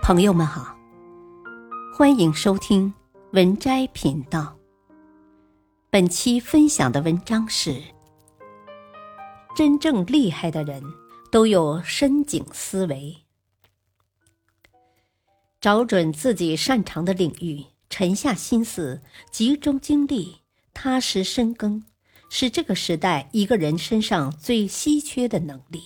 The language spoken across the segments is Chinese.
朋友们好，欢迎收听文摘频道。本期分享的文章是：真正厉害的人都有深井思维。找准自己擅长的领域，沉下心思，集中精力，踏实深耕，是这个时代一个人身上最稀缺的能力。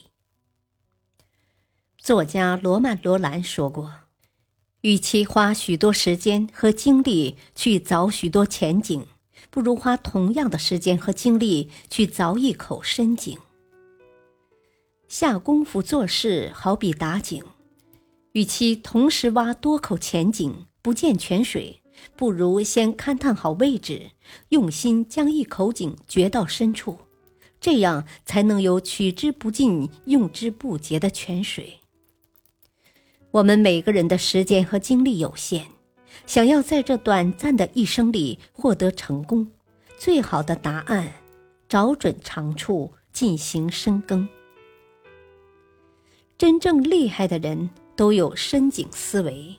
作家罗曼·罗兰说过，与其花许多时间和精力去凿许多浅井，不如花同样的时间和精力去凿一口深井。下功夫做事好比打井，与其同时挖多口浅井，不见泉水，不如先勘探好位置，用心将一口井掘到深处，这样才能有取之不尽、用之不竭的泉水。我们每个人的时间和精力有限，想要在这短暂的一生里获得成功，最好的答案，找准长处，进行深耕。真正厉害的人都有深井思维。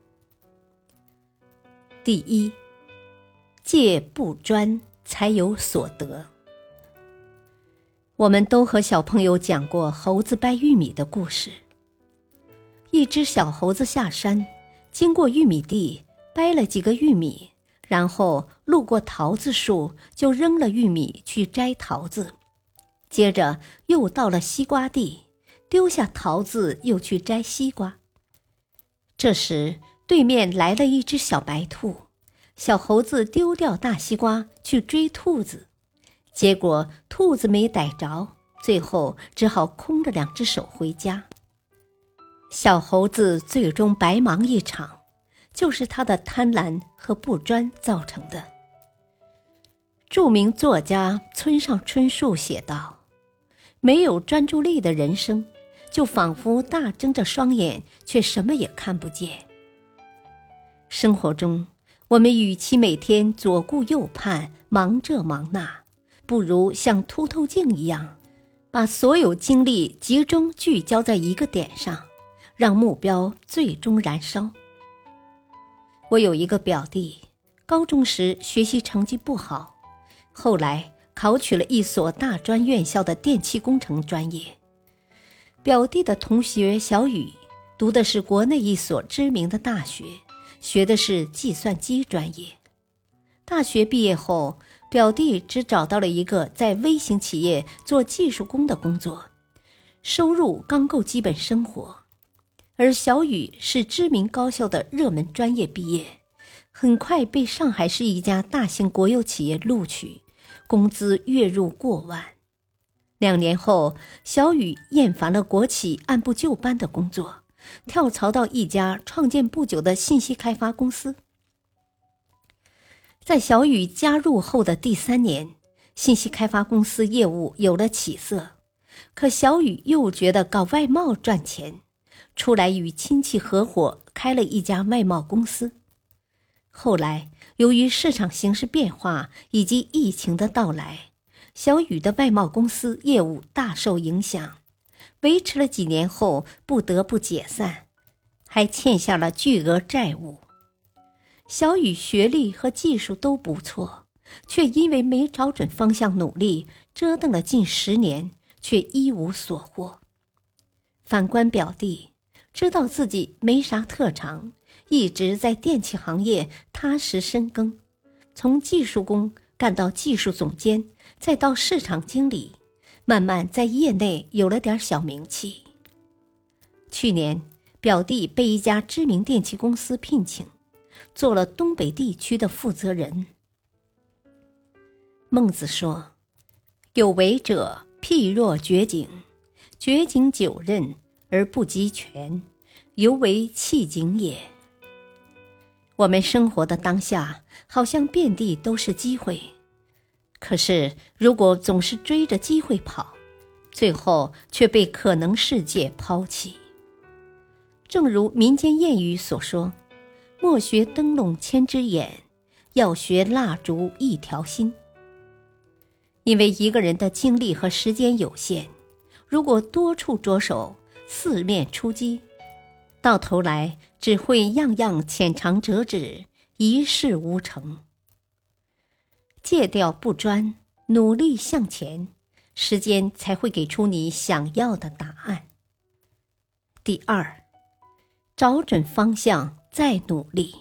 第一，戒不专，才有所得。我们都和小朋友讲过猴子掰玉米的故事。一只小猴子下山，经过玉米地，掰了几个玉米，然后路过桃子树，就扔了玉米去摘桃子。接着又到了西瓜地，丢下桃子又去摘西瓜。这时对面来了一只小白兔，小猴子丢掉大西瓜去追兔子，结果兔子没逮着，最后只好空着两只手回家。小猴子最终白忙一场，就是他的贪婪和不专造成的。著名作家村上春树写道，没有专注力的人生，就仿佛大睁着双眼，却什么也看不见。生活中，我们与其每天左顾右盼，忙这忙那，不如像凸透镜一样，把所有精力集中聚焦在一个点上，让目标最终燃烧。我有一个表弟，高中时学习成绩不好，后来考取了一所大专院校的电气工程专业。表弟的同学小雨读的是国内一所知名的大学，学的是计算机专业。大学毕业后，表弟只找到了一个在微型企业做技术工的工作，收入刚够基本生活。而小雨是知名高校的热门专业毕业，很快被上海市一家大型国有企业录取，工资月入过万。2年后，小雨厌烦了国企按部就班的工作，跳槽到一家创建不久的信息开发公司。在小雨加入后的第3年，信息开发公司业务有了起色，可小雨又觉得搞外贸赚钱，出来与亲戚合伙开了一家外贸公司。后来由于市场形势变化以及疫情的到来，小雨的外贸公司业务大受影响，维持了几年后不得不解散，还欠下了巨额债务。小雨学历和技术都不错，却因为没找准方向努力，折腾了近10年，却一无所获。反观表弟，知道自己没啥特长，一直在电气行业踏实深耕，从技术工干到技术总监，再到市场经理，慢慢在业内有了点小名气。去年，表弟被一家知名电器公司聘请，做了东北地区的负责人。孟子说，有为者譬若掘井，掘井9仞而不及泉，犹为弃井也。我们生活的当下，好像遍地都是机会，可是如果总是追着机会跑，最后却被可能世界抛弃。正如民间谚语所说，莫学灯笼千只眼，要学蜡烛一条心。因为一个人的精力和时间有限，如果多处着手，四面出击， 到头来只会样样浅尝辄止，一事无成。戒掉不专，努力向前，时间才会给出你想要的答案。第二，找准方向再努力。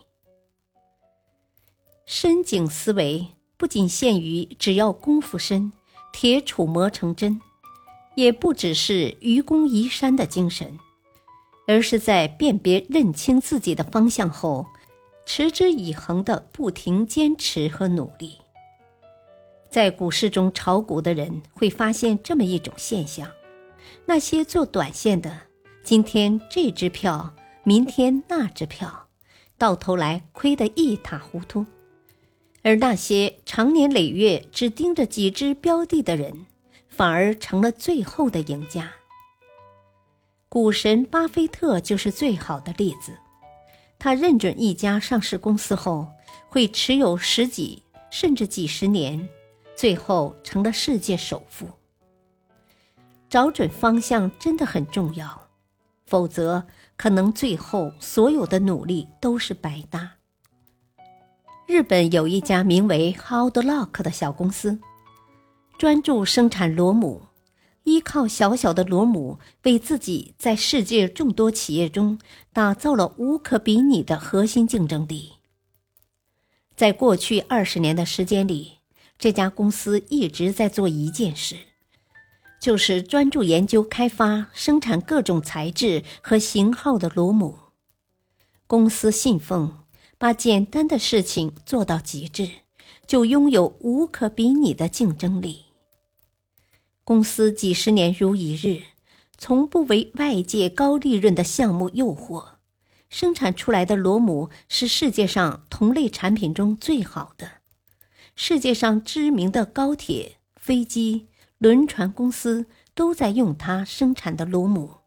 深井思维不仅限于只要功夫深，铁杵磨成针，也不只是愚公移山的精神，而是在辨别认清自己的方向后，持之以恒的不停坚持和努力。在股市中炒股的人会发现这么一种现象，那些做短线的，今天这支票，明天那支票，到头来亏得一塌糊涂。而那些长年累月只盯着几只标的的人，反而成了最后的赢家。股神巴菲特就是最好的例子。他认准一家上市公司后，会持有10几甚至几十年，最后成了世界首富。找准方向真的很重要，否则可能最后所有的努力都是白搭。日本有一家名为 Hard Lock 的小公司，专注生产螺母，依靠小小的螺母为自己在世界众多企业中打造了无可比拟的核心竞争力。在过去20年的时间里，这家公司一直在做一件事，就是专注研究开发生产各种材质和型号的螺母。公司信奉把简单的事情做到极致，就拥有无可比拟的竞争力。公司几十年如一日，从不为外界高利润的项目诱惑，生产出来的螺母是世界上同类产品中最好的。世界上知名的高铁、飞机、轮船公司都在用它生产的螺母。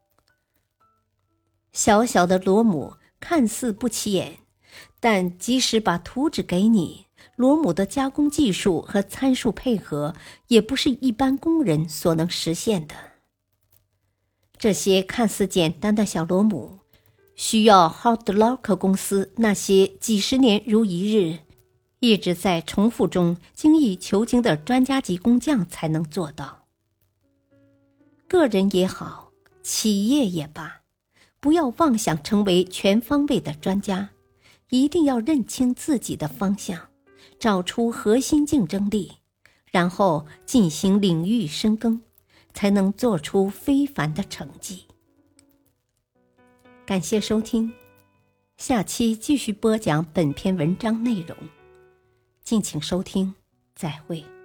小小的螺母看似不起眼，但即使把图纸给你，螺母的加工技术和参数配合也不是一般工人所能实现的。这些看似简单的小螺母，需要 Hard Lock 公司那些几十年如一日，一直在重复中精益求精的专家级工匠才能做到。个人也好，企业也罢，不要妄想成为全方位的专家，一定要认清自己的方向，找出核心竞争力，然后进行领域深耕，才能做出非凡的成绩。感谢收听，下期继续播讲本篇文章内容，敬请收听，再会。